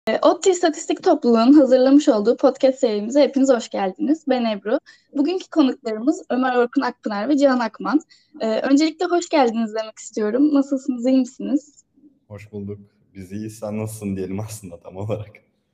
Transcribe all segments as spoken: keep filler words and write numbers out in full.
E, ODTÜ İstatistik Topluluğu'nun hazırlamış olduğu podcast serimize hepiniz hoş geldiniz. Ben Ebru. Bugünkü konuklarımız Ömer Orkun Akpınar ve Cihan Akman. E, öncelikle hoş geldiniz demek istiyorum. Nasılsınız, iyi misiniz? Hoş bulduk. Biz iyiyiz. Sen nasılsın diyelim aslında tam olarak.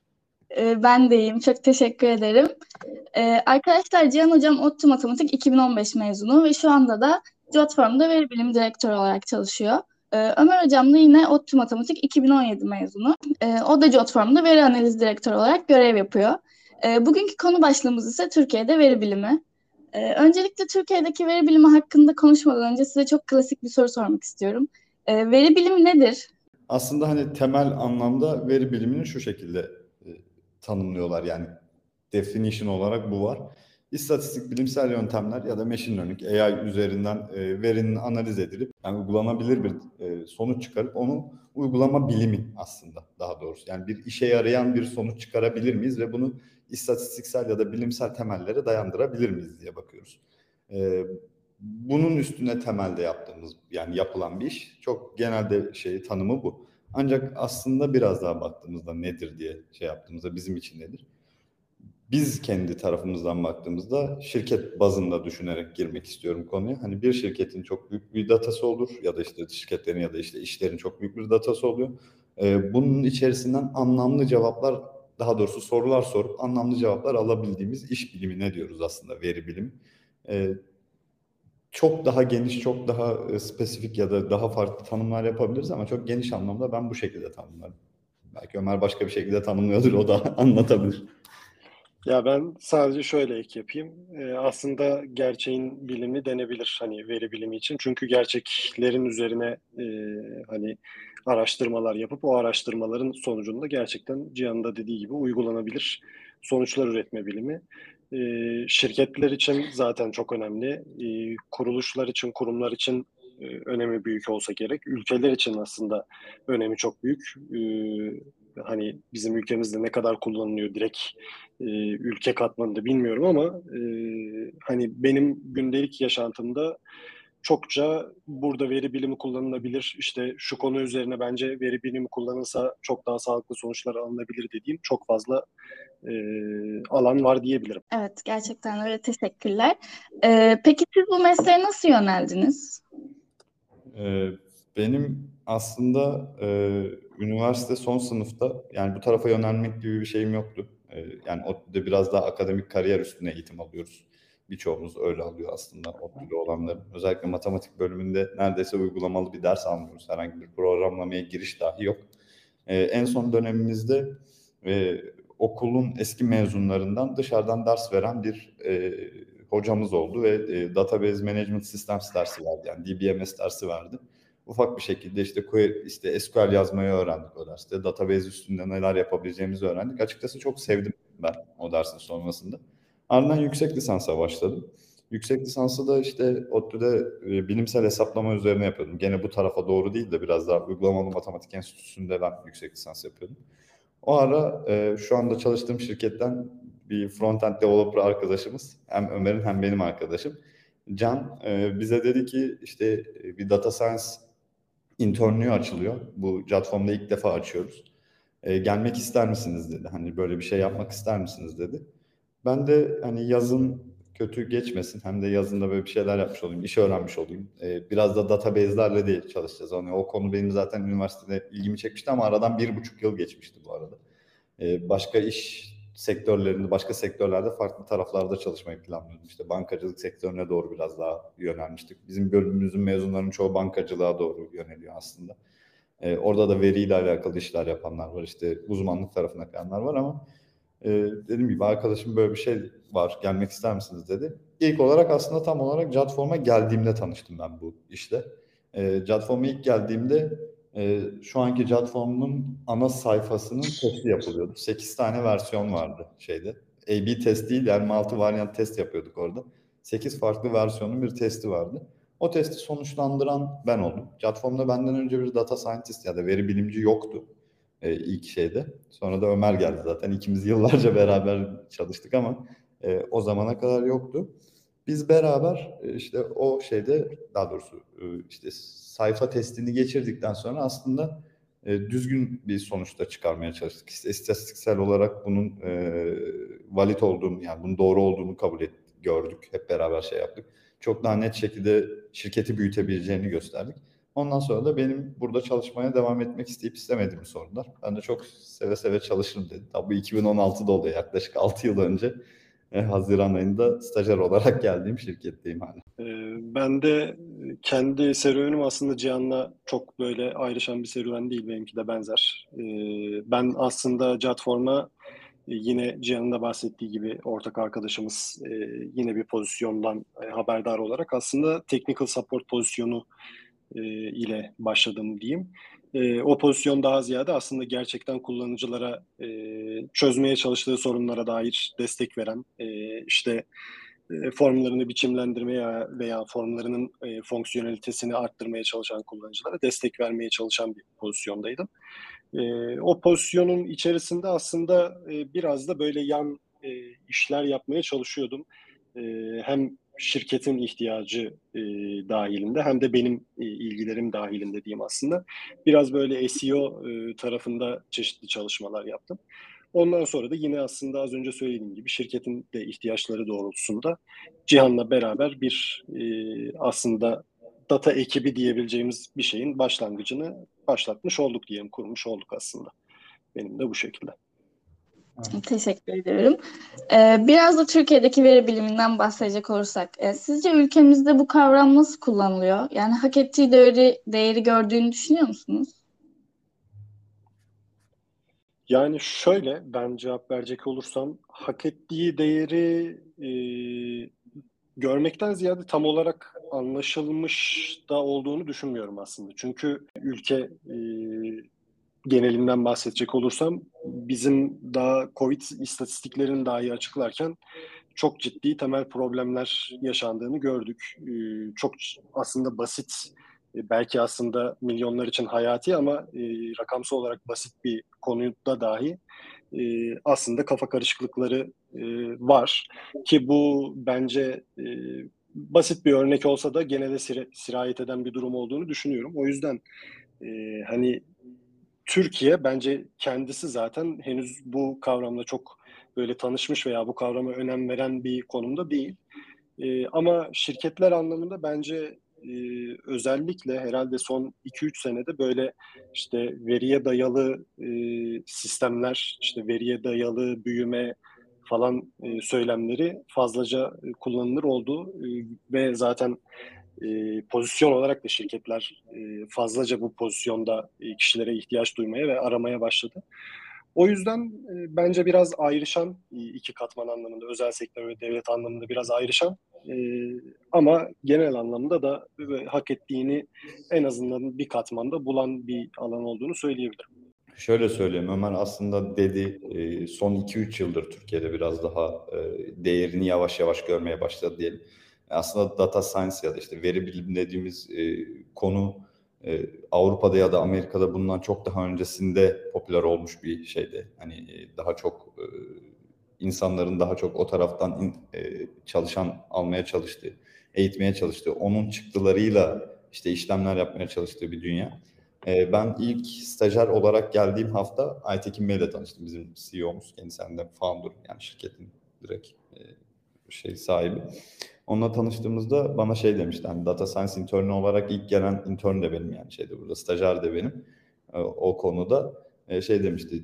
E, ben de iyiyim, çok teşekkür ederim. E, arkadaşlar Cihan Hocam ODTÜ Matematik iki bin on beş mezunu ve şu anda da Jotform'da veri bilimi direktörü olarak çalışıyor. E, Ömer Hocam da yine ODTÜ Matematik iki bin on yedi mezunu. E, o da Jotform'da veri analiz direktörü olarak görev yapıyor. E, bugünkü konu başlığımız ise Türkiye'de veri bilimi. E, öncelikle Türkiye'deki veri bilimi hakkında konuşmadan önce size çok klasik bir soru sormak istiyorum. E, veri bilimi nedir? Aslında hani temel anlamda veri bilimini şu şekilde e, tanımlıyorlar. Yani definition olarak bu var. İstatistik, bilimsel yöntemler ya da machine learning, A I üzerinden e, verinin analiz edilip yani uygulanabilir bir e, sonuç çıkarıp onu uygulama bilimi aslında daha doğrusu. Yani bir işe yarayan bir sonuç çıkarabilir miyiz ve bunu istatistiksel ya da bilimsel temellere dayandırabilir miyiz diye bakıyoruz. E, Bunun üstüne temelde yaptığımız yani yapılan bir iş. Çok genelde şey tanımı bu. Ancak aslında biraz daha baktığımızda nedir diye şey yaptığımızda bizim için nedir? Biz kendi tarafımızdan baktığımızda şirket bazında düşünerek girmek istiyorum konuya. Hani bir şirketin çok büyük bir datası olur ya da işte şirketlerin ya da işte işlerin çok büyük bir datası oluyor. Ee, bunun içerisinden anlamlı cevaplar, daha doğrusu sorular sorup anlamlı cevaplar alabildiğimiz iş bilimi ne diyoruz aslında, veri bilimi. Ee, Çok daha geniş, çok daha e, spesifik ya da daha farklı tanımlar yapabiliriz ama çok geniş anlamda ben bu şekilde tanımlarım. Belki Ömer başka bir şekilde tanımlıyordur, o da anlatabilir. Ya ben sadece şöyle ek yapayım. Ee, aslında gerçeğin bilimi denebilir hani veri bilimi için. Çünkü gerçeklerin üzerine e, hani araştırmalar yapıp o araştırmaların sonucunda gerçekten Cihan'ın da dediği gibi uygulanabilir sonuçlar üretme bilimi. Ee, şirketler için zaten çok önemli. Ee, kuruluşlar için, kurumlar için e, önemi büyük olsa gerek. Ülkeler için aslında önemi çok büyük. Ee, hani bizim ülkemizde ne kadar kullanılıyor direkt e, ülke katmanında bilmiyorum ama e, hani benim gündelik yaşantımda çokça burada veri bilimi kullanılabilir. İşte şu konu üzerine bence veri bilimi kullanılsa çok daha sağlıklı sonuçlar alınabilir dediğim çok fazla e, alan var diyebilirim. Evet, gerçekten öyle. Teşekkürler. E, peki siz bu mesleğe nasıl yöneldiniz? Ee, Benim aslında e, üniversite son sınıfta yani bu tarafa yönelmek gibi bir şeyim yoktu. Ee, yani ODTÜ'de biraz daha akademik kariyer üstüne eğitim alıyoruz. Birçoğumuz öyle alıyor aslında ODTÜ'de olanların. Özellikle matematik bölümünde neredeyse uygulamalı bir ders almıyoruz. Herhangi bir programlamaya giriş dahi yok. Ee, en son dönemimizde e, okulun eski mezunlarından dışarıdan ders veren bir e, hocamız oldu ve e, Database Management Systems dersi verdi. Yani D B M S dersi verdi. Ufak bir şekilde işte query- işte S Q L yazmayı öğrendik o derste. Database üstünde neler yapabileceğimizi öğrendik. Açıkçası çok sevdim ben o dersin sonrasında. Ardından yüksek lisansa başladım. Yüksek lisansı da işte ODTÜ'de e, bilimsel hesaplama üzerine yapıyordum. Gene bu tarafa doğru değil de biraz daha uygulamalı matematik enstitüsünde ben yüksek lisans yapıyordum. O ara e, şu anda çalıştığım şirketten bir front-end developer arkadaşımız, hem Ömer'in hem benim arkadaşım Can, e, bize dedi ki işte e, bir data science internlüğü açılıyor. Bu Jotform'da ilk defa açıyoruz. E, gelmek ister misiniz dedi. Hani böyle bir şey yapmak ister misiniz dedi. Ben de hani yazın kötü geçmesin, hem de yazında böyle bir şeyler yapmış olayım, iş öğrenmiş olayım. Ee, biraz da database'lerle de çalışacağız. Hani o konu benim zaten üniversitede ilgimi çekmişti ama aradan bir buçuk yıl geçmişti bu arada. Ee, başka iş sektörlerinde, başka sektörlerde farklı taraflarda çalışmayı planlıyordum. İşte bankacılık sektörüne doğru biraz daha yönelmiştik. Bizim bölümümüzün mezunlarının çoğu bankacılığa doğru yöneliyor aslında. Ee, orada da veriyle alakalı işler yapanlar var. İşte uzmanlık tarafına kayanlar var ama e, dediğim gibi arkadaşım böyle bir şey var, gelmek ister misiniz dedi. İlk olarak aslında tam olarak Jotform'a geldiğimde tanıştım ben bu işle. E, Jotform'a ilk geldiğimde e, şu anki Jotform'un ana sayfasının testi yapılıyordu. sekiz tane versiyon vardı şeyde. A B test değil yani multi variant test yapıyorduk orada. sekiz farklı versiyonun bir testi vardı. O testi sonuçlandıran ben oldum. Jotform'da benden önce bir data scientist ya da veri bilimci yoktu e, ilk şeyde. Sonra da Ömer geldi zaten. İkimiz yıllarca beraber çalıştık ama e, o zamana kadar yoktu. Biz beraber e, işte o şeyde, daha doğrusu e, işte sayfa testini geçirdikten sonra aslında e, düzgün bir sonuçta çıkarmaya çalıştık. İşte istatistiksel olarak bunun e, valid olduğunu, yani bunun doğru olduğunu kabul ettik, gördük. Hep beraber şey yaptık. Çok daha net şekilde şirketi büyütebileceğini gösterdik. Ondan sonra da benim burada çalışmaya devam etmek isteyip istemediğimi sordular. Ben de çok seve seve çalışırım dedim. Tabii bu iki bin on altıda oluyor, yaklaşık altı yıl önce. E, Haziran ayında stajyer olarak geldiğim şirketteyim hala. Ee, Ben de kendi serüvenim aslında Cihan'la çok böyle ayrışan bir serüven değil. Benimki de benzer. Ee, Ben aslında Jotform'a yine Cihan'ın da bahsettiği gibi ortak arkadaşımız e, yine bir pozisyondan e, haberdar olarak aslında technical support pozisyonu e, ile başladım diyeyim. E, o pozisyon daha ziyade aslında gerçekten kullanıcılara e, çözmeye çalıştığı sorunlara dair destek veren, e, işte e, formlarını biçimlendirmeye veya formlarının e, fonksiyonelitesini arttırmaya çalışan kullanıcılara destek vermeye çalışan bir pozisyondaydım. E, o pozisyonun içerisinde aslında e, biraz da böyle yan e, işler yapmaya çalışıyordum. E, hem şirketin ihtiyacı e, dahilinde hem de benim e, ilgilerim dahilinde diyeyim aslında. Biraz böyle S E O e, tarafında çeşitli çalışmalar yaptım. Ondan sonra da yine aslında az önce söylediğim gibi şirketin de ihtiyaçları doğrultusunda Cihan'la beraber bir e, aslında data ekibi diyebileceğimiz bir şeyin başlangıcını başlatmış olduk diyelim, kurmuş olduk aslında. Benim de bu şekilde. Teşekkür ederim. Ee, biraz da Türkiye'deki veri biliminden bahsedecek olursak, e, sizce ülkemizde bu kavram nasıl kullanılıyor? Yani hak ettiği değeri, değeri gördüğünü düşünüyor musunuz? Yani şöyle ben cevap verecek olursam hak ettiği değeri e, görmekten ziyade tam olarak anlaşılmış da olduğunu düşünmüyorum aslında. Çünkü ülke e, genelinden bahsedecek olursam bizim daha Covid istatistiklerini dahi açıklarken çok ciddi temel problemler yaşandığını gördük. Ee, çok aslında basit, belki aslında milyonlar için hayati ama e, rakamsal olarak basit bir konuda dahi e, aslında kafa karışıklıkları e, var. Ki bu bence e, basit bir örnek olsa da genele sir- sirayet eden bir durum olduğunu düşünüyorum. O yüzden e, hani Türkiye bence kendisi zaten henüz bu kavramla çok böyle tanışmış veya bu kavrama önem veren bir konumda değil. Ee, ama şirketler anlamında bence e, özellikle herhalde son iki üç senede böyle işte veriye dayalı e, sistemler, işte veriye dayalı büyüme falan e, söylemleri fazlaca e, kullanılır oldu. E, ve zaten e, pozisyon olarak da şirketler e, fazlaca bu pozisyonda e, kişilere ihtiyaç duymaya ve aramaya başladı. O yüzden e, bence biraz ayrışan e, iki katman anlamında, özel sektör ve devlet anlamında biraz ayrışan e, ama genel anlamda da e, hak ettiğini en azından bir katmanda bulan bir alan olduğunu söyleyebilirim. Şöyle söyleyeyim, Ömer aslında dedi, e, son iki üç yıldır Türkiye'de biraz daha e, değerini yavaş yavaş görmeye başladı diyelim. Aslında data science ya da işte veri bilimi dediğimiz e, konu e, Avrupa'da ya da Amerika'da bundan çok daha öncesinde popüler olmuş bir şeydi. Hani e, daha çok e, insanların daha çok o taraftan in- e, çalışan almaya çalıştığı, eğitmeye çalıştığı, onun çıktılarıyla işte işlemler yapmaya çalıştığı bir dünya. Ee, Ben ilk stajyer olarak geldiğim hafta Aytekin Bey'le tanıştım. Bizim C E O'muz, kendisi hem de founder, yani şirketin direkt e, şey sahibi. Onunla tanıştığımızda bana şey demişti, hani data science intern olarak ilk gelen intern de benim, yani şeyde burada stajyer de benim. E, o konuda e, şey demişti,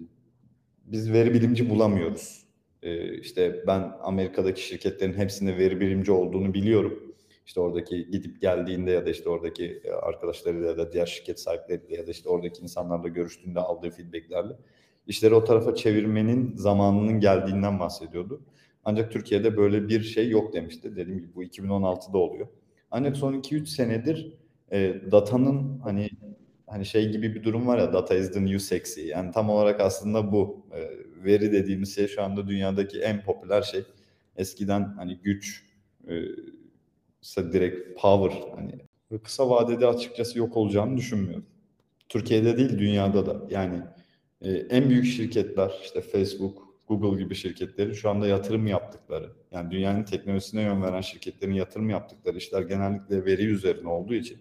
biz veri bilimci bulamıyoruz. E, işte ben Amerika'daki şirketlerin hepsinde veri bilimci olduğunu biliyorum. İşte oradaki gidip geldiğinde ya da işte oradaki arkadaşlarıyla ya da diğer şirket sahipleriyle ya da işte oradaki insanlarla görüştüğünde aldığı feedbacklerle işleri o tarafa çevirmenin zamanının geldiğinden bahsediyordu. Ancak Türkiye'de böyle bir şey yok demişti. Dediğim gibi bu iki bin on altıda oluyor. Ancak son iki üç senedir e, datanın hani hani şey gibi bir durum var ya, data is the new sexy. Yani tam olarak aslında bu. E, veri dediğimiz şey şu anda dünyadaki en popüler şey. Eskiden hani güç, e, direkt power, hani kısa vadede açıkçası yok olacağını düşünmüyorum. Türkiye'de değil, dünyada da. Yani e, en büyük şirketler işte Facebook, Google gibi şirketlerin şu anda yatırım yaptıkları, yani dünyanın teknolojisine yön veren şirketlerin yatırım yaptıkları işler genellikle veri üzerine olduğu için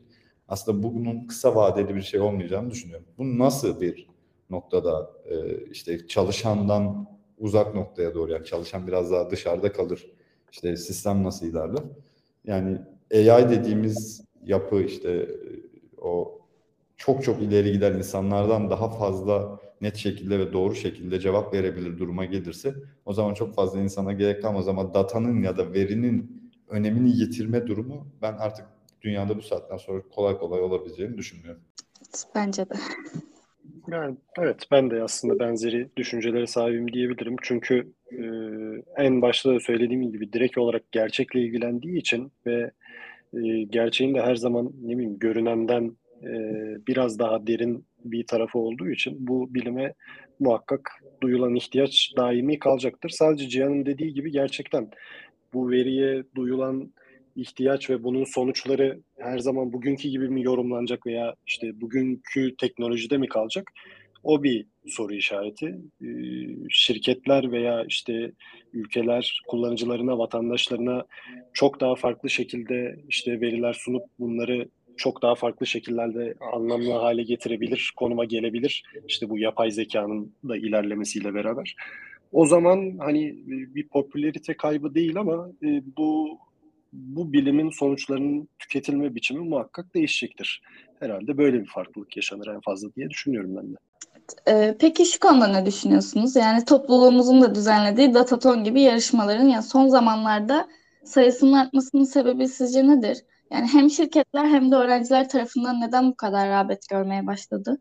aslında bunun kısa vadeli bir şey olmayacağını düşünüyorum. Bu nasıl bir noktada e, işte çalışandan uzak noktaya doğru, yani çalışan biraz daha dışarıda kalır. İşte sistem nasıl ilerler? Yani A I dediğimiz yapı işte e, o çok çok ileri giden insanlardan daha fazla net şekilde ve doğru şekilde cevap verebilir duruma gelirse o zaman çok fazla insana gerek kalmaz ama datanın ya da verinin önemini yitirme durumu ben artık dünyada bu saatten sonra kolay kolay olabileceğini düşünmüyorum. Bence de. Yani evet, ben de aslında benzeri düşüncelere sahibim diyebilirim. Çünkü e, en başta da söylediğim gibi direkt olarak gerçekle ilgilendiği için ve e, gerçeğin de her zaman ne bileyim görünenden e, biraz daha derin bir tarafı olduğu için bu bilime muhakkak duyulan ihtiyaç daimi kalacaktır. Sadece Cihan'ın dediği gibi gerçekten bu veriye duyulan ihtiyaç ve bunun sonuçları her zaman bugünkü gibi mi yorumlanacak veya işte bugünkü teknolojide mi kalacak? O bir soru işareti. Ee, şirketler veya işte ülkeler kullanıcılarına, vatandaşlarına çok daha farklı şekilde işte veriler sunup bunları çok daha farklı şekillerde anlamlı hale getirebilir, konuma gelebilir. İşte bu yapay zekanın da ilerlemesiyle beraber. O zaman hani bir popülerite kaybı değil ama e, bu bu bilimin sonuçlarının tüketilme biçimi muhakkak değişecektir. Herhalde böyle bir farklılık yaşanır en fazla diye düşünüyorum ben de. Ee, peki şu konuda ne düşünüyorsunuz? Yani topluluğumuzun da düzenlediği Dataton gibi yarışmaların yani son zamanlarda sayısının artmasının sebebi sizce nedir? Yani hem şirketler hem de öğrenciler tarafından neden bu kadar rağbet görmeye başladı?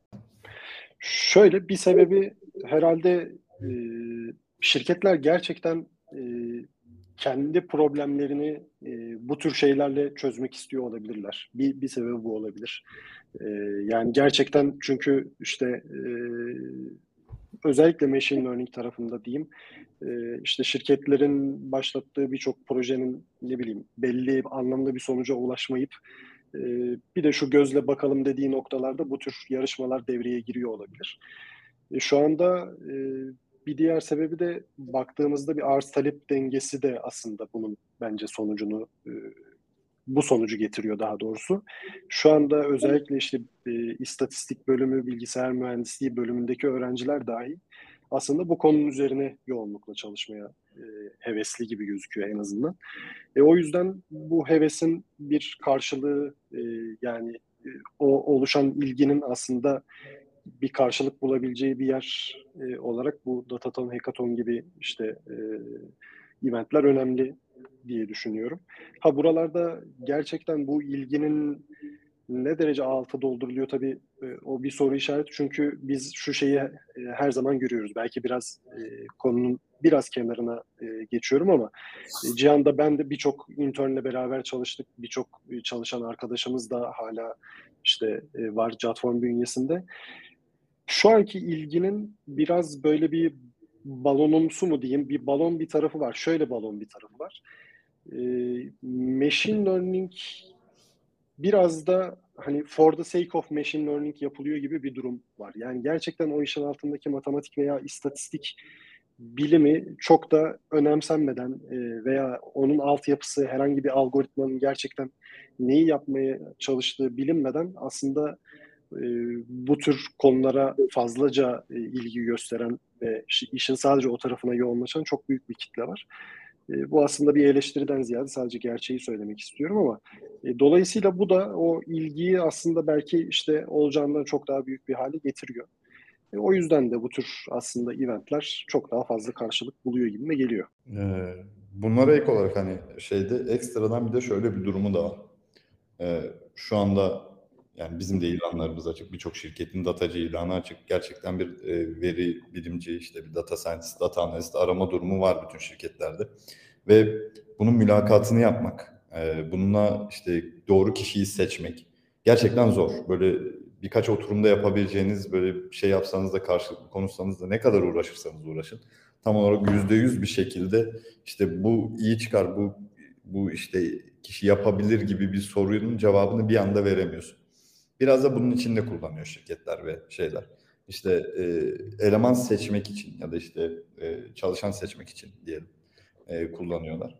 Şöyle bir sebebi herhalde e, şirketler gerçekten e, kendi problemlerini e, bu tür şeylerle çözmek istiyor olabilirler. Bir, bir sebebi bu olabilir. E, yani gerçekten çünkü işte e, özellikle machine learning tarafında diyeyim, e, işte şirketlerin başlattığı birçok projenin ne bileyim belli anlamda bir sonuca ulaşmayıp e, bir de şu gözle bakalım dediği noktalarda bu tür yarışmalar devreye giriyor olabilir. E, şu anda e, bir diğer sebebi de baktığımızda bir arz talep dengesi de aslında bunun bence sonucunu e, bu sonucu getiriyor daha doğrusu. Şu anda özellikle işte e, istatistik bölümü, bilgisayar mühendisliği bölümündeki öğrenciler dahi aslında bu konunun üzerine yoğunlukla çalışmaya e, hevesli gibi gözüküyor en azından. E, o yüzden bu hevesin bir karşılığı e, yani e, o oluşan ilginin aslında bir karşılık bulabileceği bir yer e, olarak bu Dataton, Hackathon gibi işte e, eventler önemli diye düşünüyorum. Ha buralarda gerçekten bu ilginin ne derece altı dolduruluyor tabii e, o bir soru işareti. Çünkü biz şu şeyi e, her zaman görüyoruz. Belki biraz e, konunun biraz kenarına e, geçiyorum ama e, Cihan'da ben de birçok internle beraber çalıştık. Birçok e, çalışan arkadaşımız da hala işte e, var Jotform bünyesinde. Şu anki ilginin biraz böyle bir balonumsu mu diyeyim, bir balon bir tarafı var. Şöyle balon bir tarafı var. Ee, machine learning biraz da hani for the sake of machine learning yapılıyor gibi bir durum var. Yani gerçekten o işin altındaki matematik veya istatistik bilimi çok da önemsenmeden e, veya onun altyapısı herhangi bir algoritmanın gerçekten neyi yapmaya çalıştığı bilinmeden aslında e, bu tür konulara fazlaca e, ilgi gösteren ve işin sadece o tarafına yoğunlaşan çok büyük bir kitle var. E, bu aslında bir eleştiriden ziyade sadece gerçeği söylemek istiyorum ama e, dolayısıyla bu da o ilgiyi aslında belki işte olacağından çok daha büyük bir hale getiriyor. E, o yüzden de bu tür aslında eventler çok daha fazla karşılık buluyor gibime geliyor. Ee, bunlara ek olarak hani şeyde ekstradan bir de şöyle bir durumu da var. Ee, şu anda yani bizim de ilanlarımız açık. Birçok şirketin datacı ilanı açık. Gerçekten bir e, veri bilimci, işte bir data scientist, data analist arama durumu var bütün şirketlerde. Ve bunun mülakatını yapmak, e, bununla işte doğru kişiyi seçmek gerçekten zor. Böyle birkaç oturumda yapabileceğiniz böyle bir şey yapsanız da karşılıklı konuşsanız da ne kadar uğraşırsanız uğraşın. Tam olarak yüzde yüz bir şekilde işte bu iyi çıkar, bu bu işte kişi yapabilir gibi bir sorunun cevabını bir anda veremiyorsun. Biraz da bunun için de kullanıyor şirketler ve şeyler. İşte e, eleman seçmek için ya da işte e, çalışan seçmek için diyelim e, kullanıyorlar.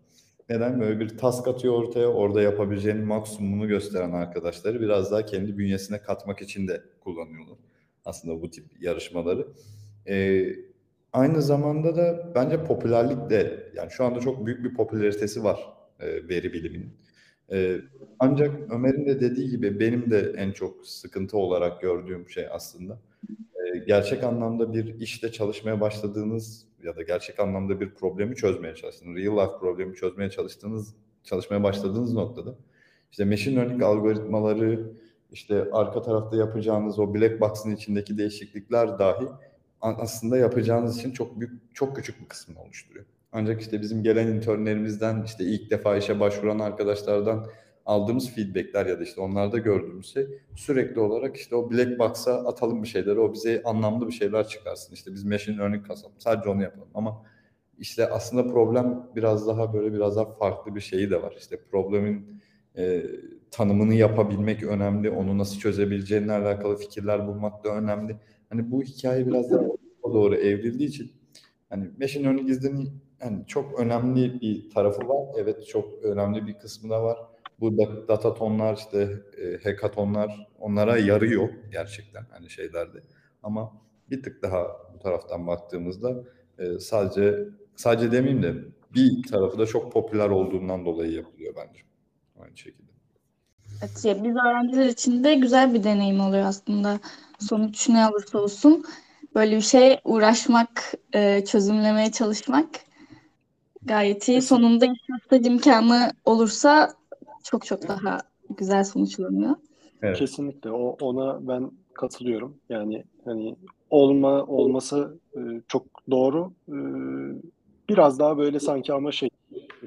Neden? Böyle bir task atıyor ortaya, orada yapabileceğinin maksimumunu gösteren arkadaşları biraz daha kendi bünyesine katmak için de kullanıyorlar aslında bu tip yarışmaları. Ee, aynı zamanda da bence popülerlik de, yani şu anda çok büyük bir popülaritesi var e, veri biliminin. Ee, ancak Ömer'in de dediği gibi benim de en çok sıkıntı olarak gördüğüm şey aslında e, gerçek anlamda bir işte çalışmaya başladığınız ya da gerçek anlamda bir problemi çözmeye çalıştığınız, real life problemi çözmeye çalıştığınız, çalışmaya başladığınız noktada işte machine learning algoritmaları, işte arka tarafta yapacağınız o black box'ın içindeki değişiklikler dahi aslında yapacağınız için çok büyük, çok küçük bir kısmını oluşturuyor. Ancak işte bizim gelen internlerimizden, işte ilk defa işe başvuran arkadaşlardan aldığımız feedbackler ya da işte onlarda gördüğümüz şey sürekli olarak işte o black box'a atalım bir şeyleri, o bize anlamlı bir şeyler çıkarsın. İşte biz machine learning kazanalım, sadece onu yapalım. Ama işte aslında problem biraz daha böyle biraz daha farklı bir şeyi de var. İşte problemin e, tanımını yapabilmek önemli, onu nasıl çözebileceğinle alakalı fikirler bulmak da önemli. Hani bu hikaye biraz daha o doğru evrildiği için hani machine learning izlenin yani çok önemli bir tarafı var. Evet, çok önemli bir kısmı da var. Bu da- data tonlar, işte e, hackathonlar onlara yarıyor gerçekten hani şeylerde. Ama bir tık daha bu taraftan baktığımızda e, sadece sadece demeyeyim de bir tarafı da çok popüler olduğundan dolayı yapılıyor bence. Aynı şekilde. Evet, ya biz öğrenciler için de güzel bir deneyim oluyor aslında. Sonuç ne olursa olsun böyle bir şey uğraşmak, e, çözümlemeye çalışmak gayet iyi. Kesin, Sonunda işte staj imkanı olursa çok çok daha güzel sonuçlanıyor. Evet. kesinlikle o ona ben katılıyorum. Yani hani olma olması e, çok doğru. E, biraz daha böyle sanki ama şey e,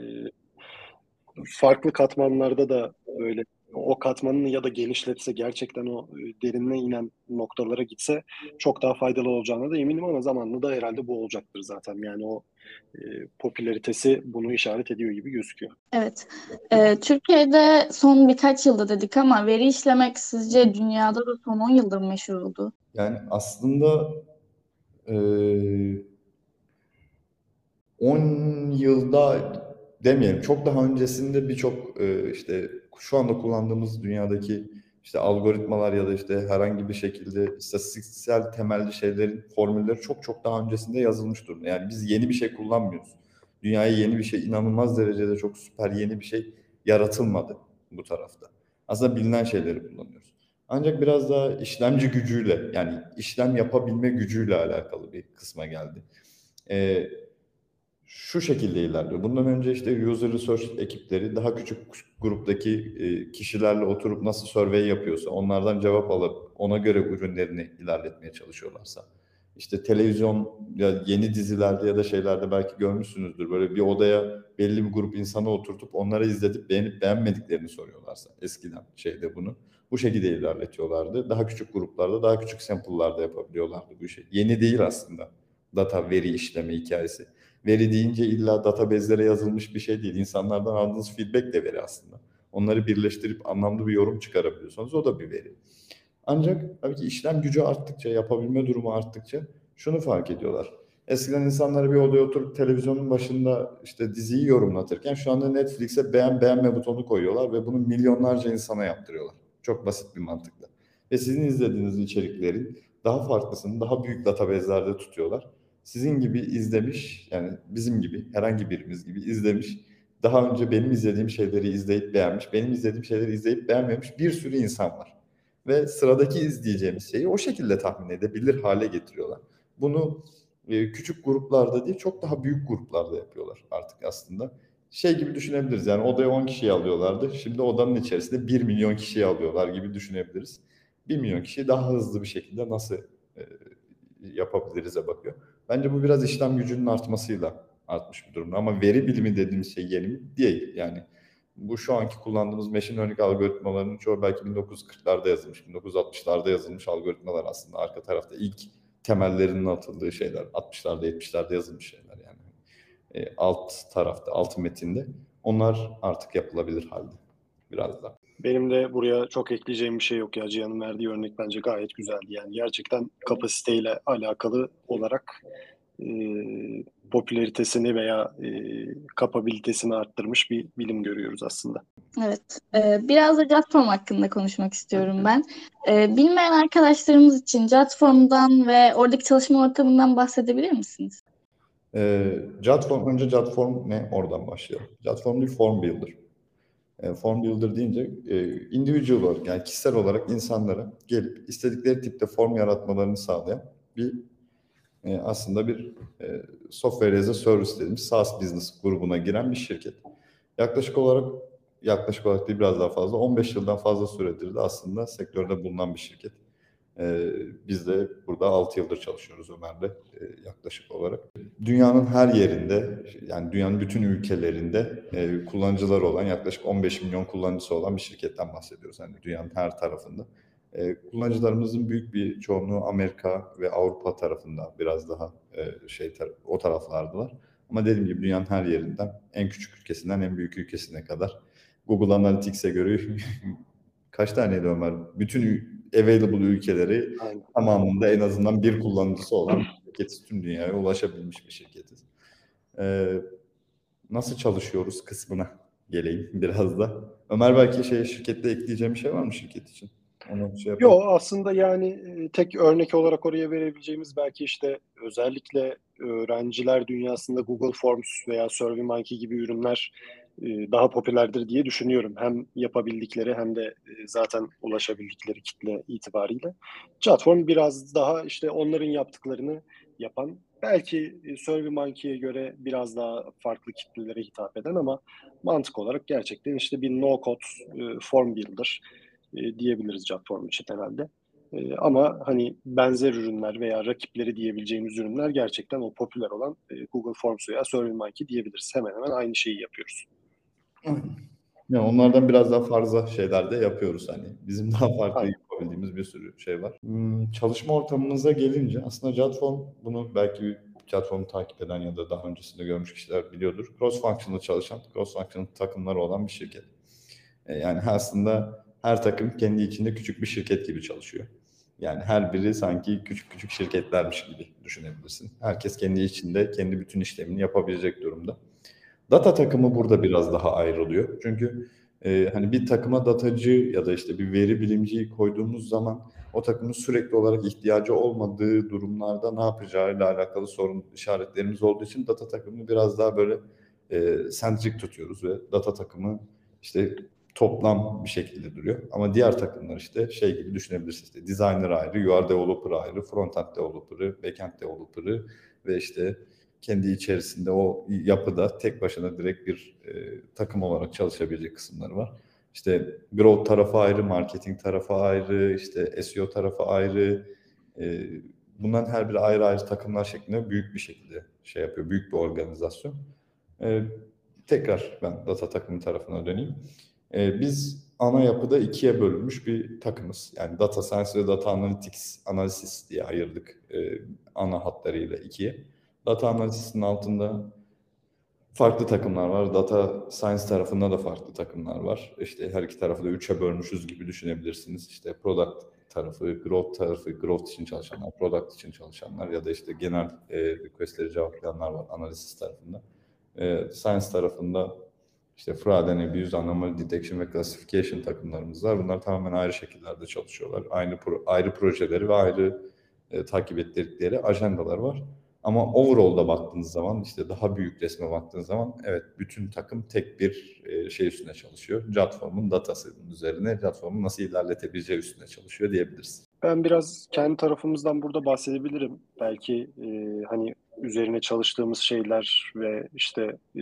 farklı katmanlarda da böyle o katmanını ya da genişletse gerçekten o e, derinine inen noktalara gitse çok daha faydalı olacağına da eminim ama zamanla da herhalde bu olacaktır zaten. Yani o e, popülaritesi bunu işaret ediyor gibi gözüküyor. Evet. E, Türkiye'de son birkaç yılda dedik ama veri işlemek sizce dünyada da son on yılda mı meşhur oldu? Yani aslında e, on yılda demeyelim, çok daha öncesinde birçok e, işte şu anda kullandığımız dünyadaki işte algoritmalar ya da işte herhangi bir şekilde istatistiksel temelli şeylerin formülleri çok çok daha öncesinde yazılmış durumda. Yani biz yeni bir şey kullanmıyoruz. Dünyaya yeni bir şey, inanılmaz derecede çok süper yeni bir şey yaratılmadı bu tarafta. Aslında bilinen şeyleri kullanıyoruz. Ancak biraz daha işlemci gücüyle, yani işlem yapabilme gücüyle alakalı bir kısma geldi. Ee, şu şekilde ilerliyor. Bundan önce işte user research ekipleri daha küçük gruptaki e, kişilerle oturup nasıl survey yapıyorsa onlardan cevap alıp ona göre ürünlerini ilerletmeye çalışıyorlarsa. İşte televizyon ya yeni dizilerde ya da şeylerde belki görmüşsünüzdür. Böyle bir odaya belli bir grup insanı oturtup onlara izletip beğenip beğenmediklerini soruyorlarsa. Eskiden şeyde bunu bu şekilde ilerletiyorlardı. Daha küçük gruplarda, daha küçük sample'larda yapabiliyorlardı bu işi. Yeni değil aslında data veri işleme hikayesi. Veri deyince illa database'lere yazılmış bir şey değil. İnsanlardan aldığınız feedback de veri aslında. Onları birleştirip anlamlı bir yorum çıkarabiliyorsanız o da bir veri. Ancak tabii ki işlem gücü arttıkça, yapabilme durumu arttıkça şunu fark ediyorlar. Eskiden insanları bir odaya oturup televizyonun başında işte diziyi yorumlatırken şu anda Netflix'e beğen beğenme butonu koyuyorlar ve bunu milyonlarca insana yaptırıyorlar. Çok basit bir mantıkla. Ve sizin izlediğiniz içeriklerin daha farklısını daha büyük database'lerde tutuyorlar. Sizin gibi izlemiş, yani bizim gibi, herhangi birimiz gibi izlemiş, daha önce benim izlediğim şeyleri izleyip beğenmiş, benim izlediğim şeyleri izleyip beğenmemiş bir sürü insan var. Ve sıradaki izleyeceğimiz şeyi o şekilde tahmin edebilir hale getiriyorlar. Bunu e, küçük gruplarda değil, çok daha büyük gruplarda yapıyorlar artık aslında. Şey gibi düşünebiliriz, yani odaya on kişiyi alıyorlardı. Şimdi odanın içerisinde bir milyon kişiyi alıyorlar gibi düşünebiliriz. bir milyon kişiyi daha hızlı bir şekilde nasıl e, yapabiliriz'e bakıyor. Bence bu biraz işlem gücünün artmasıyla artmış bir durumda. Ama veri bilimi dediğimiz şey yeni mi? Değil. Yani bu şu anki kullandığımız machine learning algoritmalarının çoğu belki bin dokuz yüz kırklarda yazılmış, bin dokuz yüz altmışlarda yazılmış algoritmalar aslında. Arka tarafta ilk temellerinin atıldığı şeyler. altmışlarda yetmişlerde yazılmış şeyler yani. E, alt tarafta, alt metinde. Onlar artık yapılabilir halde biraz da. Benim de buraya çok ekleyeceğim bir şey yok ya. Cihan'ın verdiği örnek bence gayet güzeldi. Yani gerçekten kapasiteyle alakalı olarak e, popülaritesini veya e, kapabilitesini arttırmış bir bilim görüyoruz aslında. Evet. Ee, biraz da Jotform hakkında konuşmak istiyorum ben. Ee, bilmeyen arkadaşlarımız için Jotform'dan ve oradaki çalışma ortamından bahsedebilir misiniz? E, Jotform, önce Jotform ne? Oradan başlayalım. Jotform bir form builder. E, form builder deyince e, individual olarak, yani kişisel olarak insanlara gelip istedikleri tipte form yaratmalarını sağlayan bir e, aslında bir e, software as a service dediğimiz SaaS business grubuna giren bir şirket. Yaklaşık olarak yaklaşık olarak değil biraz daha fazla on beş yıldan fazla süredir de aslında sektörde bulunan bir şirket. E, biz de burada altı yıldır çalışıyoruz Ömer'le e, yaklaşık olarak. Dünyanın her yerinde, yani dünyanın bütün ülkelerinde e, kullanıcıları olan, yaklaşık on beş milyon kullanıcısı olan bir şirketten bahsediyoruz. Yani dünyanın her tarafında. E, kullanıcılarımızın büyük bir çoğunluğu Amerika ve Avrupa tarafında, biraz daha e, şey tar- o taraflardılar. Ama dediğim gibi dünyanın her yerinden, en küçük ülkesinden en büyük ülkesine kadar. Google Analytics'e göre kaç taneydi Ömer? Bütün ü- available ülkeleri Aynen. tamamında en azından bir kullanıcısı olan bir şirketiz. Tüm dünyaya ulaşabilmiş bir şirketiz. Ee, nasıl çalışıyoruz kısmına geleyim biraz da. Ömer, belki şey, şirkette ekleyeceğim bir şey var mı şirket için? Onu şey yapalım. Yo, aslında yani e, tek örnek olarak oraya verebileceğimiz belki işte özellikle öğrenciler dünyasında Google Forms veya SurveyMonkey gibi ürünler e, daha popülerdir diye düşünüyorum. Hem yapabildikleri hem de e, zaten ulaşabildikleri kitle itibariyle. Jotform biraz daha işte onların yaptıklarını yapan, belki e, SurveyMonkey'e göre biraz daha farklı kitlelere hitap eden ama mantık olarak gerçekten işte bir no-code e, form builder e, diyebiliriz Jotform için herhalde. E, ama hani benzer ürünler veya rakipleri diyebileceğimiz ürünler gerçekten o popüler olan e, Google Forms veya SurveyMonkey diyebiliriz. Hemen hemen aynı şeyi yapıyoruz. Ya onlardan biraz daha fazla şeyler de yapıyoruz hani. Bizim daha farklı Aynen. yapabildiğimiz bir sürü şey var. Hmm, çalışma ortamımıza gelince aslında Jotform, bunu belki Jotform'u takip eden ya da daha öncesinde görmüş kişiler biliyordur. Cross functional çalışan, cross functional takımları olan bir şirket. E, yani aslında her takım kendi içinde küçük bir şirket gibi çalışıyor. Yani her biri sanki küçük küçük şirketlermiş gibi düşünebilirsin. Herkes kendi içinde kendi bütün işlemini yapabilecek durumda. Data takımı burada biraz daha ayrılıyor. Çünkü e, hani bir takıma datacı ya da işte bir veri bilimciyi koyduğumuz zaman o takımın sürekli olarak ihtiyacı olmadığı durumlarda ne yapacağıyla alakalı sorun işaretlerimiz olduğu için data takımını biraz daha böyle e, centric tutuyoruz ve data takımı işte toplam bir şekilde duruyor. Ama diğer takımlar işte şey gibi düşünebilirsiniz. İşte designer ayrı, U I developer ayrı, front-end developer'ı, back-end developer'ı ve işte kendi içerisinde o yapıda tek başına direkt bir e, takım olarak çalışabilecek kısımları var. İşte growth tarafı ayrı, marketing tarafı ayrı, işte S E O tarafı ayrı. E, bunların her biri ayrı ayrı takımlar şeklinde büyük bir şekilde şey yapıyor. Büyük bir organizasyon. E, tekrar ben data takımı tarafına döneyim. E, biz ana yapıda ikiye bölünmüş bir takımız. Yani data science ve data analytics, analysis diye ayırdık e, ana hatlarıyla ikiye. Data Analysis'in altında farklı takımlar var. Data Science tarafında da farklı takımlar var. İşte her iki tarafı da üçe bölmüşüz gibi düşünebilirsiniz. İşte Product tarafı, Growth tarafı, Growth için çalışanlar, Product için çalışanlar ya da işte genel e, requestleri cevaplayanlar var Analysis tarafında. E, Science tarafında işte Fraud and Abuse, Anomaly Detection ve Classification takımlarımız var. Bunlar tamamen ayrı şekillerde çalışıyorlar. Aynı pro, ayrı projeleri ve ayrı e, takip ettikleri ajandalar var. Ama overall'da baktığınız zaman, işte daha büyük resme baktığınız zaman evet, bütün takım tek bir e, şey üstüne çalışıyor. Jotform'un datasının üzerine, Jotform'u nasıl ilerletebileceği üstüne çalışıyor diyebiliriz. Ben biraz kendi tarafımızdan burada bahsedebilirim. Belki e, hani üzerine çalıştığımız şeyler ve işte e,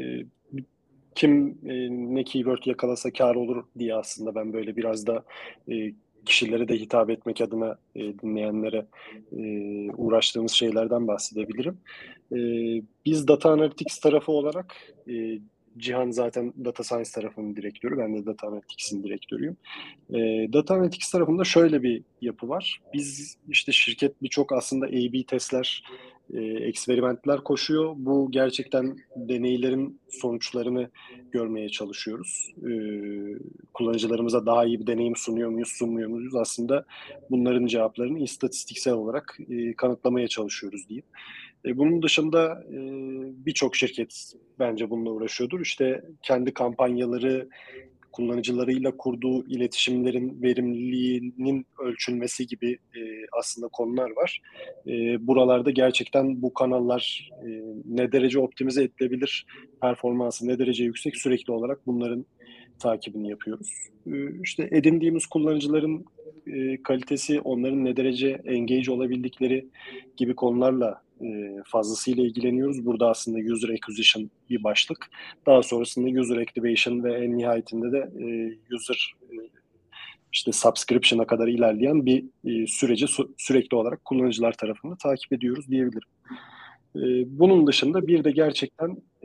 kim e, ne keyword yakalasa kar olur diye aslında ben böyle biraz da e, kişilere de hitap etmek adına e, dinleyenlere e, uğraştığımız şeylerden bahsedebilirim. E, biz Data Analytics tarafı olarak e, Cihan zaten Data Science tarafının direktörü, ben de Data Analytics'in direktörüyüm. E, Data Analytics tarafında şöyle bir yapı var. Biz işte şirket birçok aslında A B testler, e, eksperimentler koşuyor. Bu gerçekten deneylerin sonuçlarını görmeye çalışıyoruz. E, kullanıcılarımıza daha iyi bir deneyim sunuyor muyuz, sunmuyor muyuz? Aslında bunların cevaplarını istatistiksel olarak e, kanıtlamaya çalışıyoruz diyeyim. E, bunun dışında e, birçok şirket bence bununla uğraşıyordur. İşte kendi kampanyaları, kullanıcılarıyla kurduğu iletişimlerin verimliliğinin ölçülmesi gibi e, aslında konular var. E, buralarda gerçekten bu kanallar e, ne derece optimize edilebilir, performansı ne derece yüksek, sürekli olarak bunların takibini yapıyoruz. E, işte edindiğimiz kullanıcıların e, kalitesi, onların ne derece engage olabildikleri gibi konularla e, fazlasıyla ilgileniyoruz. Burada aslında user acquisition bir başlık. Daha sonrasında user activation ve en nihayetinde de e, user e, işte subscription'a kadar ilerleyen bir e, süreci su- sürekli olarak kullanıcılar tarafından takip ediyoruz diyebilirim. E, bunun dışında bir de gerçekten e,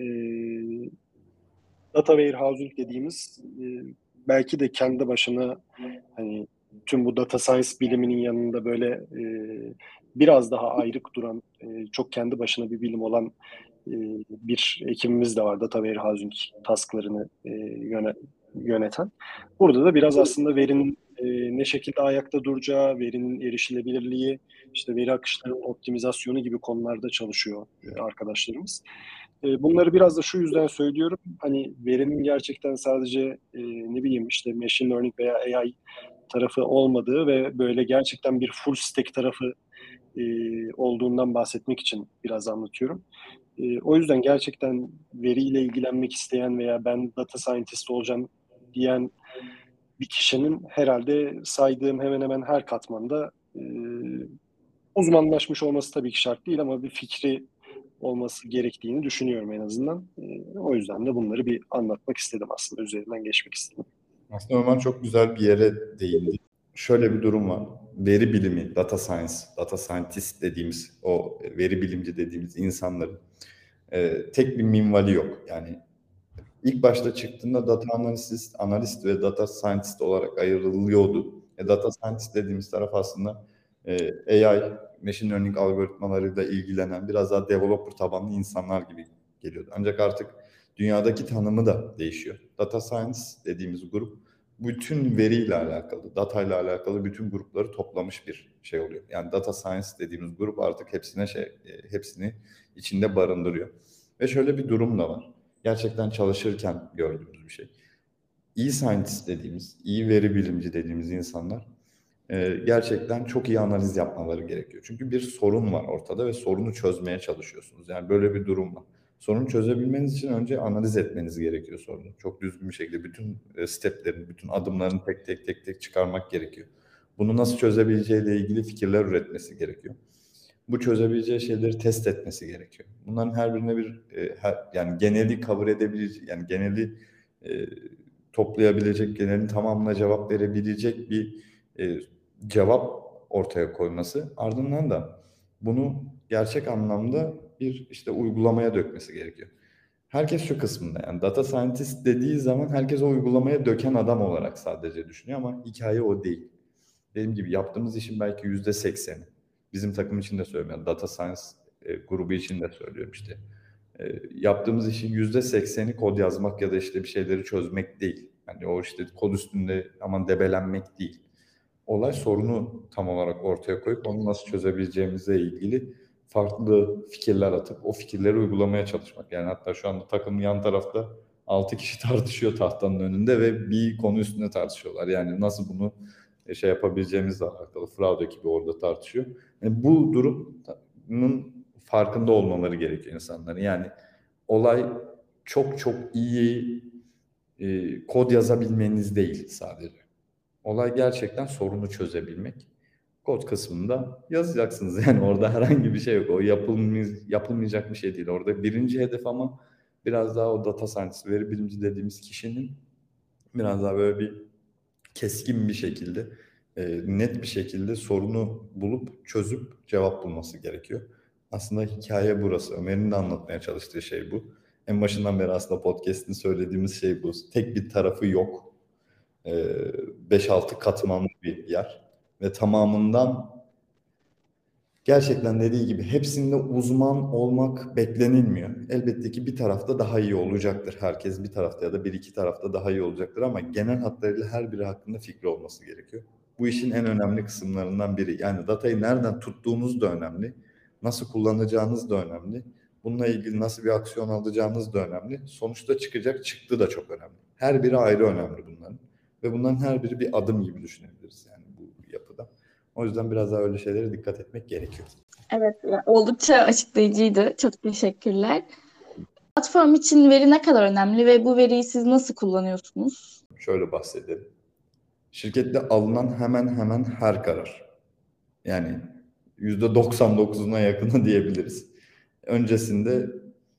data warehousing dediğimiz e, belki de kendi başına hani tüm bu data science biliminin yanında böyle e, biraz daha ayrık duran, e, çok kendi başına bir bilim olan e, bir ekibimiz de var, data warehousing tasklarını e, yöne, yöneten. Burada da biraz aslında verinin e, ne şekilde ayakta duracağı, verinin erişilebilirliği, işte veri akışlarının optimizasyonu gibi konularda çalışıyor e, arkadaşlarımız. E, bunları biraz da şu yüzden söylüyorum. Hani verinin gerçekten sadece e, ne bileyim işte machine learning veya A I tarafı olmadığı ve böyle gerçekten bir full stack tarafı e, olduğundan bahsetmek için biraz anlatıyorum. E, o yüzden gerçekten veriyle ilgilenmek isteyen veya ben data scientist olacağım diyen bir kişinin herhalde saydığım hemen hemen her katmanda e, uzmanlaşmış olması tabii ki şart değil ama bir fikri olması gerektiğini düşünüyorum en azından. E, o yüzden de bunları bir anlatmak istedim aslında. Üzerinden geçmek istedim. Aslında Ömer çok güzel bir yere değindi. Şöyle bir durum var. Veri bilimi, data science, data scientist dediğimiz, o veri bilimci dediğimiz insanların e, tek bir minvali yok. Yani ilk başta çıktığında data analist, analist ve data scientist olarak ayrılıyordu. E, data scientist dediğimiz taraf aslında e, A I, machine learning algoritmalarıyla ilgilenen biraz daha developer tabanlı insanlar gibi geliyordu. Ancak artık dünyadaki tanımı da değişiyor. Data science dediğimiz grup bütün veriyle alakalı, data ile alakalı bütün grupları toplamış bir şey oluyor. Yani data science dediğimiz grup artık hepsine şey, hepsini içinde barındırıyor. Ve şöyle bir durum da var. Gerçekten çalışırken gördüğümüz bir şey. İyi scientist dediğimiz, iyi veri bilimci dediğimiz insanlar e, gerçekten çok iyi analiz yapmaları gerekiyor. Çünkü bir sorun var ortada ve sorunu çözmeye çalışıyorsunuz. Yani böyle bir durum var. Sorunu çözebilmeniz için önce analiz etmeniz gerekiyor sorunu. Çok düzgün bir şekilde bütün steplerini, bütün adımlarını tek tek tek tek çıkarmak gerekiyor. Bunu nasıl çözebileceğiyle ilgili fikirler üretmesi gerekiyor. Bu çözebileceği şeyleri test etmesi gerekiyor. Bunların her birine bir e, her, yani geneli cover edebilecek, yani geneli e, toplayabilecek, genelin tamamına cevap verebilecek bir e, cevap ortaya koyması. Ardından da bunu gerçek anlamda bir işte uygulamaya dökmesi gerekiyor. Herkes şu kısmında, yani data scientist dediği zaman herkes o uygulamaya döken adam olarak sadece düşünüyor ama hikaye o değil. Dediğim gibi yaptığımız işin belki yüzde sekseni. Bizim takım için de söylüyorum. Yani data science e, grubu için de söylüyorum işte. E, yaptığımız işin yüzde sekseni kod yazmak ya da işte bir şeyleri çözmek değil. Yani o işte kod üstünde aman debelenmek değil. Olay sorunu tam olarak ortaya koyup onu nasıl çözebileceğimizle ilgili farklı fikirler atıp o fikirleri uygulamaya çalışmak. Yani hatta şu anda takımın yan tarafta altı kişi tartışıyor tahtanın önünde ve bir konu üstünde tartışıyorlar. Yani nasıl bunu şey yapabileceğimizle alakalı. Fraude ekibi orada tartışıyor. Yani bu durumun farkında olmaları gerekiyor insanların. Yani olay çok çok iyi e, kod yazabilmeniz değil sadece. Olay gerçekten sorunu çözebilmek. Kod kısmında yazacaksınız. Yani orada herhangi bir şey yok. O yapılmay yapılmayacak bir şey değil. Orada birinci hedef ama biraz daha o data scientist, veri bilimci dediğimiz kişinin biraz daha böyle bir keskin bir şekilde, e, net bir şekilde sorunu bulup çözüp cevap bulması gerekiyor. Aslında hikaye burası. Ömer'in de anlatmaya çalıştığı şey bu. En başından beri aslında podcast'in söylediğimiz şey bu. Tek bir tarafı yok. beş altı katmanlı bir yer. Ve tamamından gerçekten dediği gibi hepsinde uzman olmak beklenilmiyor. Elbette ki bir tarafta daha iyi olacaktır. Herkes bir tarafta ya da bir iki tarafta daha iyi olacaktır ama genel hatlarıyla her biri hakkında fikri olması gerekiyor. Bu işin en önemli kısımlarından biri. Yani datayı nereden tuttuğunuz da önemli. Nasıl kullanacağınız da önemli. Bununla ilgili nasıl bir aksiyon alacağınız da önemli. Sonuçta çıkacak çıktı da çok önemli. Her biri ayrı önemli bunların. Ve bunların her biri bir adım gibi düşünebiliriz yani bu yapıda. O yüzden biraz daha öyle şeylere dikkat etmek gerekiyor. Evet, yani oldukça açıklayıcıydı. Çok teşekkürler. Platform için veri ne kadar önemli ve bu veriyi siz nasıl kullanıyorsunuz? Şöyle bahsedelim. Şirkette alınan hemen hemen her karar. Yani yüzde doksan dokuzuna yakını diyebiliriz. Öncesinde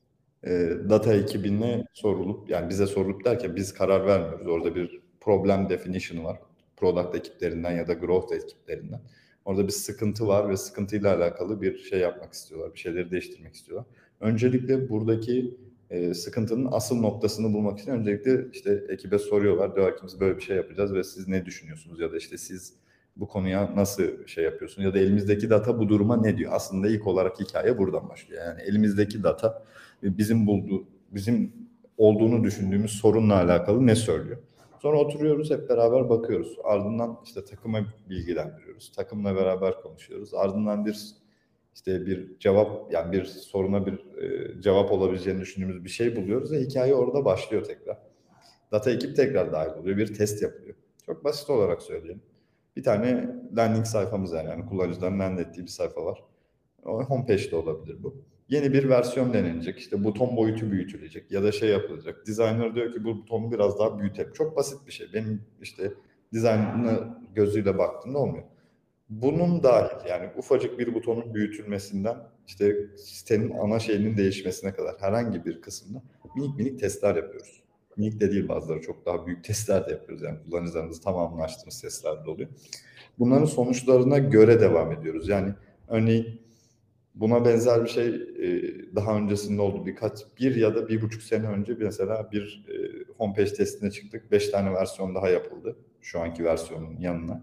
e, data ekibine sorulup, yani bize sorulup derken biz karar vermiyoruz. Orada bir problem definition var. Product ekiplerinden ya da growth ekiplerinden. Orada bir sıkıntı var ve sıkıntıyla alakalı bir şey yapmak istiyorlar. Bir şeyleri değiştirmek istiyorlar. Öncelikle buradaki e, sıkıntının asıl noktasını bulmak için öncelikle işte ekibe soruyorlar. Diyorlar ki biz böyle bir şey yapacağız ve siz ne düşünüyorsunuz? Ya da işte siz bu konuya nasıl şey yapıyorsunuz? Ya da elimizdeki data bu duruma ne diyor? Aslında ilk olarak hikaye buradan başlıyor. Yani elimizdeki data bizim bulduğu, bizim olduğunu düşündüğümüz sorunla alakalı ne söylüyor? Sonra oturuyoruz, hep beraber bakıyoruz. Ardından işte takımı bilgilendiriyoruz. Takımla beraber konuşuyoruz. Ardından bir işte bir cevap, yani bir soruna bir e, cevap olabileceğini düşündüğümüz bir şey buluyoruz ve hikaye orada başlıyor tekrar. Data ekip tekrar dahil oluyor. Bir test yapılıyor. Çok basit olarak söyleyeyim. Bir tane landing sayfamız var, yani kullanıcıların land ettiği bir sayfa var. O homepage'de olabilir bu. Yeni bir versiyon denenecek. İşte buton boyutu büyütülecek ya da şey yapılacak. Designer diyor ki bu butonu biraz daha büyütelim. Çok basit bir şey. Benim işte dizaynına gözüyle baktığımda olmuyor. Bunun dahil, yani ufacık bir butonun büyütülmesinden işte sitenin ana şeyinin değişmesine kadar herhangi bir kısımda minik minik testler yapıyoruz. Minik de değil, bazıları çok daha büyük testler de yapıyoruz. Yani kullanıcılarımızı tamamen açtığımız testler de oluyor. Bunların sonuçlarına göre devam ediyoruz. Yani örneğin buna benzer bir şey daha öncesinde oldu. Birkaç, bir ya da bir buçuk sene önce mesela bir homepage testine çıktık. Beş tane versiyon daha yapıldı şu anki versiyonun yanına.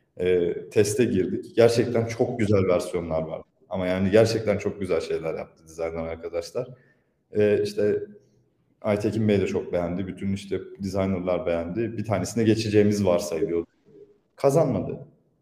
E, teste girdik. Gerçekten çok güzel versiyonlar var. Ama yani gerçekten çok güzel şeyler yaptı dizayner arkadaşlar. E, işte Aytekin Bey de çok beğendi. Bütün işte designerlar beğendi. Bir tanesine geçeceğimiz varsayılıyor. Kazanmadı.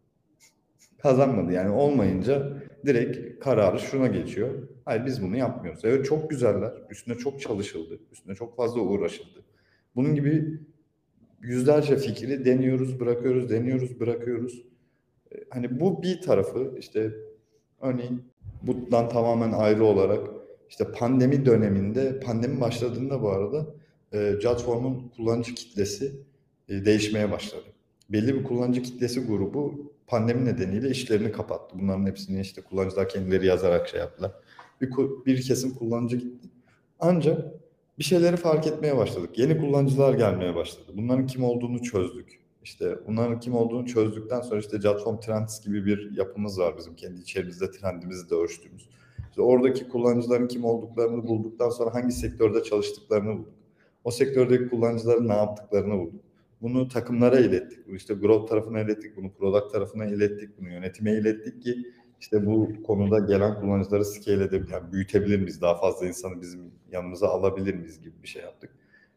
Kazanmadı. Yani olmayınca direkt kararı şuna geçiyor. Hayır, biz bunu yapmıyoruz. Evet, çok güzeller. Üstüne çok çalışıldı. Üstüne çok fazla uğraşıldı. Bunun gibi yüzlerce fikri deniyoruz, bırakıyoruz, deniyoruz, bırakıyoruz. Hani bu bir tarafı. İşte örneğin bundan tamamen ayrı olarak işte pandemi döneminde, pandemi başladığında bu arada e, Jotform'un kullanıcı kitlesi e, değişmeye başladı. Belli bir kullanıcı kitlesi grubu pandemi nedeniyle işlerini kapattı. Bunların hepsini işte kullanıcılar kendileri yazarak şey yaptılar. Bir, bir kesim kullanıcı gitti. Ancak bir şeyleri fark etmeye başladık. Yeni kullanıcılar gelmeye başladı. Bunların kim olduğunu çözdük. İşte bunların kim olduğunu çözdükten sonra işte Jotform Trends gibi bir yapımız var bizim kendi içerimizde, trendimizi de ölçtüğümüz. İşte oradaki kullanıcıların kim olduklarını bulduktan sonra hangi sektörde çalıştıklarını bulduk. O sektördeki kullanıcıların ne yaptıklarını bulduk. Bunu takımlara ilettik. İşte growth tarafına ilettik, bunu product tarafına ilettik, bunu yönetime ilettik ki işte bu konuda gelen kullanıcıları scale edebilir, yani büyütebilir miyiz, daha fazla insanı bizim yanımıza alabilir miyiz gibi bir şey yaptık.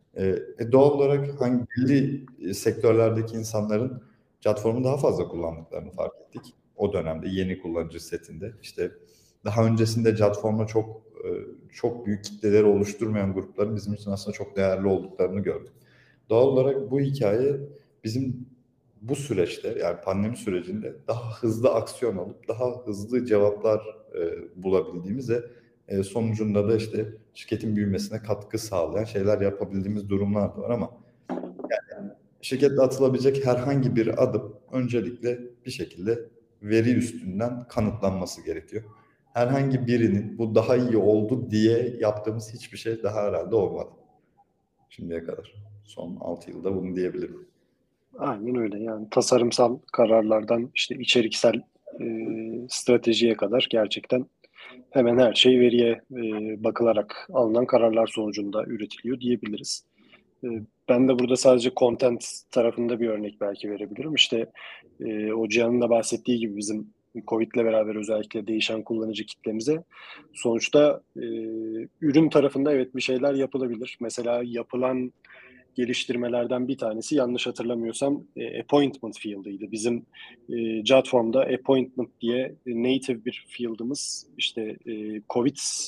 E, doğal olarak hangi belli sektörlerdeki insanların Jotform'u daha fazla kullandıklarını fark ettik. O dönemde yeni kullanıcı setinde işte daha öncesinde Jotform'la çok çok büyük kitleleri oluşturmayan grupların bizim için aslında çok değerli olduklarını gördük. Doğal olarak bu hikaye bizim bu süreçte, yani pandemi sürecinde daha hızlı aksiyon alıp daha hızlı cevaplar e, bulabildiğimiz ve e, sonucunda da işte şirketin büyümesine katkı sağlayan şeyler yapabildiğimiz durumlar da var ama yani şirkette atılabilecek herhangi bir adım öncelikle bir şekilde veri üstünden kanıtlanması gerekiyor. Herhangi birinin bu daha iyi oldu diye yaptığımız hiçbir şey daha herhalde olmadı şimdiye kadar. Son altı yılda bunu diyebilirim. Aynen öyle. Yani tasarımsal kararlardan işte içeriksel e, stratejiye kadar gerçekten hemen her şey veriye e, bakılarak alınan kararlar sonucunda üretiliyor diyebiliriz. E, ben de burada sadece content tarafında bir örnek belki verebilirim. İşte e, o Cihan'ın da bahsettiği gibi bizim Covid'le beraber özellikle değişen kullanıcı kitlemize sonuçta e, ürün tarafında evet bir şeyler yapılabilir. Mesela yapılan geliştirmelerden bir tanesi yanlış hatırlamıyorsam e, appointment field'ıydı. Bizim e, Jotform'da appointment diye native bir field'ımız işte e, Covid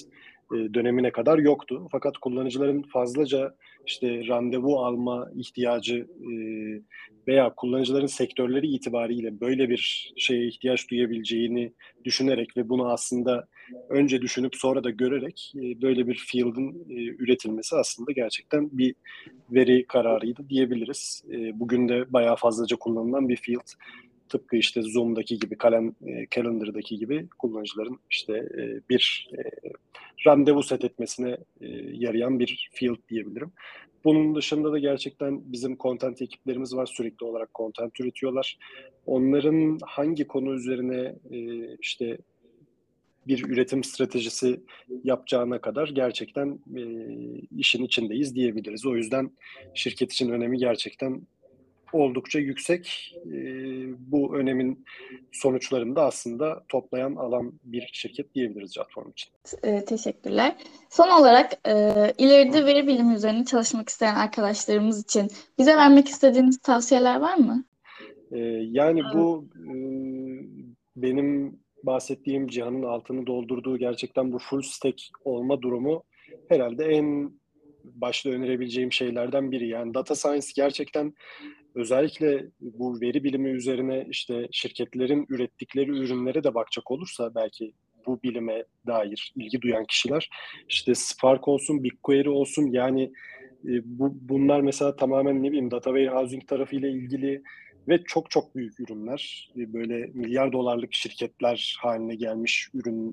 e, dönemine kadar yoktu. Fakat kullanıcıların fazlaca işte randevu alma ihtiyacı e, veya kullanıcıların sektörleri itibariyle böyle bir şeye ihtiyaç duyabileceğini düşünerek ve bunu aslında önce düşünüp sonra da görerek e, böyle bir field'ın e, üretilmesi aslında gerçekten bir veri kararıydı diyebiliriz. E, bugün de bayağı fazlaca kullanılan bir field. Tıpkı işte Zoom'daki gibi, kalem, e, Calendar'daki gibi kullanıcıların işte e, bir e, randevu set etmesine e, yarayan bir field diyebilirim. Bunun dışında da gerçekten bizim content ekiplerimiz var. Sürekli olarak content üretiyorlar. Onların hangi konu üzerine e, işte bir üretim stratejisi yapacağına kadar gerçekten e, işin içindeyiz diyebiliriz. O yüzden şirket için önemi gerçekten oldukça yüksek. E, bu önemin sonuçlarını da aslında toplayan alan bir şirket diyebiliriz Platform için. E, teşekkürler. Son olarak e, ileride veri bilimi üzerine çalışmak isteyen arkadaşlarımız için bize vermek istediğiniz tavsiyeler var mı? E, yani bu e, benim bahsettiğim Cihan'ın altını doldurduğu gerçekten bu full stack olma durumu herhalde en başta önerebileceğim şeylerden biri. Yani data science gerçekten özellikle bu veri bilimi üzerine işte şirketlerin ürettikleri ürünlere de bakacak olursa belki bu bilime dair ilgi duyan kişiler işte Spark olsun, BigQuery olsun yani e, bu bunlar mesela tamamen ne bileyim data warehousing tarafıyla ilgili ve çok çok büyük ürünler. E, böyle milyar dolarlık şirketler haline gelmiş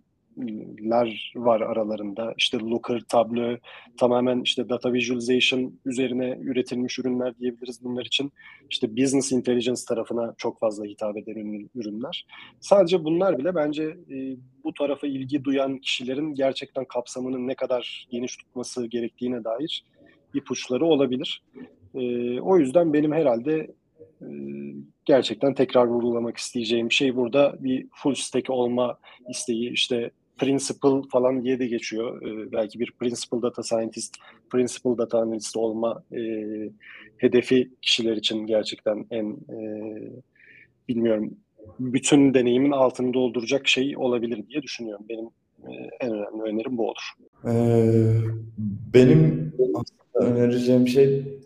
ürünler var aralarında. İşte Looker, Tableau tamamen işte data visualization üzerine üretilmiş ürünler diyebiliriz bunlar için. İşte business intelligence tarafına çok fazla hitap eden ürünler. Sadece bunlar bile bence e, bu tarafa ilgi duyan kişilerin gerçekten kapsamının ne kadar geniş tutması gerektiğine dair ipuçları olabilir. E, o yüzden benim herhalde e, gerçekten tekrar vurgulamak isteyeceğim şey burada bir full stack olma isteği. İşte principal falan diye de geçiyor. E, belki bir principal data scientist, principal data analyst olma e, hedefi kişiler için gerçekten en e, bilmiyorum bütün deneyimin altını dolduracak şey olabilir diye düşünüyorum. Benim e, en önemli önerim bu olur. Ee, benim aslında önereceğim şey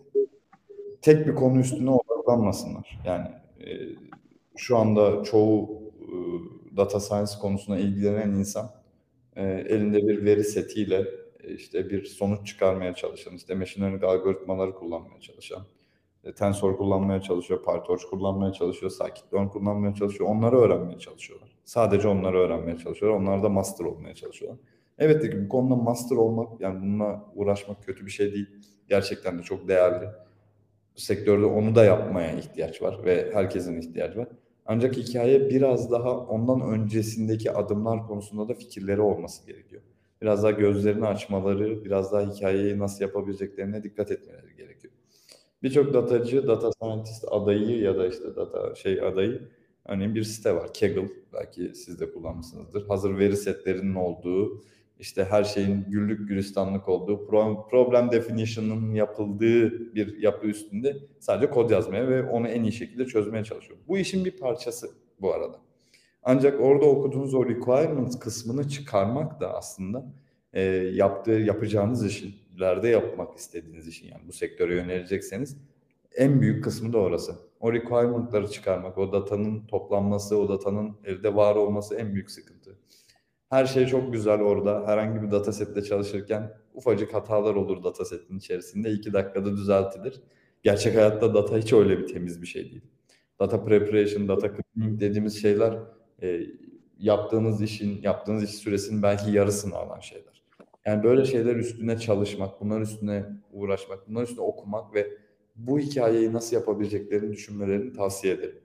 tek bir konu üstüne odaklanmasınlar. Yani e, şu anda çoğu e, data science konusuna ilgilenen insan e, elinde bir veri setiyle e, işte bir sonuç çıkarmaya çalışan, işte machine learning algoritmaları kullanmaya çalışan, e, tensor kullanmaya çalışıyor, PyTorch kullanmaya çalışıyor, scikit-learn kullanmaya çalışıyor. Onları öğrenmeye çalışıyorlar. Sadece onları öğrenmeye çalışıyorlar. Onlar da master olmaya çalışıyorlar. Evet ki bu konuda master olmak, yani bununla uğraşmak kötü bir şey değil. Gerçekten de çok değerli. Sektörde onu da yapmaya ihtiyaç var ve herkesin ihtiyacı var. Ancak hikaye biraz daha ondan öncesindeki adımlar konusunda da fikirleri olması gerekiyor. Biraz daha gözlerini açmaları, biraz daha hikayeyi nasıl yapabileceklerine dikkat etmeleri gerekiyor. Birçok datacı, data scientist adayı ya da işte data şey adayı, örneğin bir site var, Kaggle, belki siz de kullanmışsınızdır. Hazır veri setlerinin olduğu, işte her şeyin güllük gülistanlık olduğu, problem definition'ın yapıldığı bir yapı üstünde sadece kod yazmaya ve onu en iyi şekilde çözmeye çalışıyor. Bu işin bir parçası bu arada. Ancak orada okuduğunuz o requirements kısmını çıkarmak da aslında e, yaptığı, yapacağınız işin, ileride yapmak istediğiniz işin, yani bu sektöre yönelecekseniz en büyük kısmı da orası. O requirement'ları çıkarmak, o datanın toplanması, o datanın elde var olması en büyük sıkıntı. Her şey çok güzel orada. Herhangi bir datasette çalışırken ufacık hatalar olur datasetin içerisinde. iki dakikada düzeltilir. Gerçek hayatta data hiç öyle bir temiz bir şey değil. Data preparation, data cleaning dediğimiz şeyler e, yaptığınız işin, yaptığınız iş süresinin belki yarısını alan şeyler. Yani böyle şeyler üstüne çalışmak, bunlar üstüne uğraşmak, bunlar üstüne okumak ve bu hikayeyi nasıl yapabileceklerini düşünmelerini tavsiye ederim.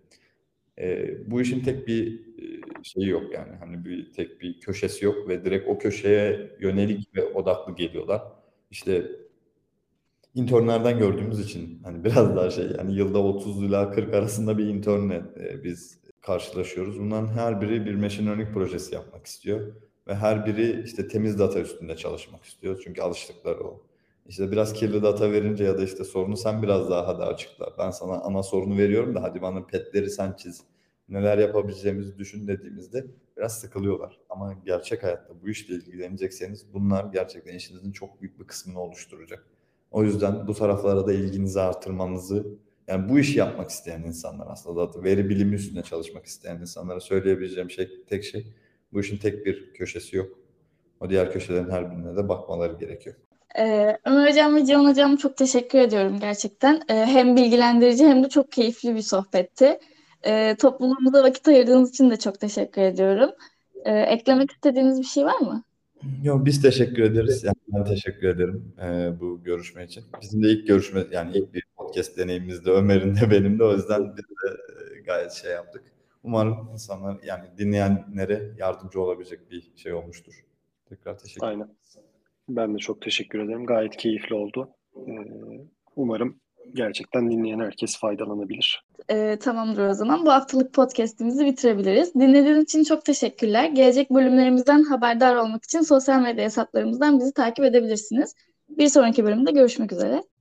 E, bu işin tek bir e, şeyi yok, yani hani bir tek bir köşesi yok ve direkt o köşeye yönelik ve odaklı geliyorlar. İşte internlerden gördüğümüz için hani biraz daha şey, yani yılda otuz ila kırk arasında bir internle e, biz karşılaşıyoruz. Bunların her biri bir machine learning projesi yapmak istiyor ve her biri işte temiz data üstünde çalışmak istiyor çünkü alıştıkları o. İşte biraz kirli data verince ya da işte sorunu sen biraz daha hadi açıkla. Ben sana ana sorunu veriyorum da hadi bana petleri sen çiz. neler yapabileceğimizi düşün dediğimizde biraz sıkılıyorlar. Ama gerçek hayatta bu işle ilgilenecekseniz bunlar gerçekten işinizin çok büyük bir kısmını oluşturacak. O yüzden bu taraflara da ilginizi artırmanızı, yani bu işi yapmak isteyen insanlar aslında da veri bilimi üstüne çalışmak isteyen insanlara söyleyebileceğim şey, tek şey, bu işin tek bir köşesi yok. O diğer köşelerin her birine de bakmaları gerekiyor. Ee, Ömer Hocam ve Cihan Hocam çok teşekkür ediyorum gerçekten. Ee, hem bilgilendirici hem de çok keyifli bir sohbetti. Ee, topluluğumuza vakit ayırdığınız için de çok teşekkür ediyorum. Ee, eklemek istediğiniz bir şey var mı? Yok, biz teşekkür ederiz. Yani ben teşekkür ederim e, bu görüşme için. Bizim de ilk görüşme, yani ilk bir podcast deneyimimizde Ömer'in de benim de, o yüzden biz de e, gayet şey yaptık. Umarım insanlar, yani dinleyenlere yardımcı olabilecek bir şey olmuştur. Tekrar teşekkür ederim. Aynen. Ben de çok teşekkür ederim. Gayet keyifli oldu. Ee, umarım gerçekten dinleyen herkes faydalanabilir. Ee, tamamdır o zaman. Bu haftalık podcast'imizi bitirebiliriz. Dinlediğiniz için çok teşekkürler. Gelecek bölümlerimizden haberdar olmak için sosyal medya hesaplarımızdan bizi takip edebilirsiniz. Bir sonraki bölümde görüşmek üzere.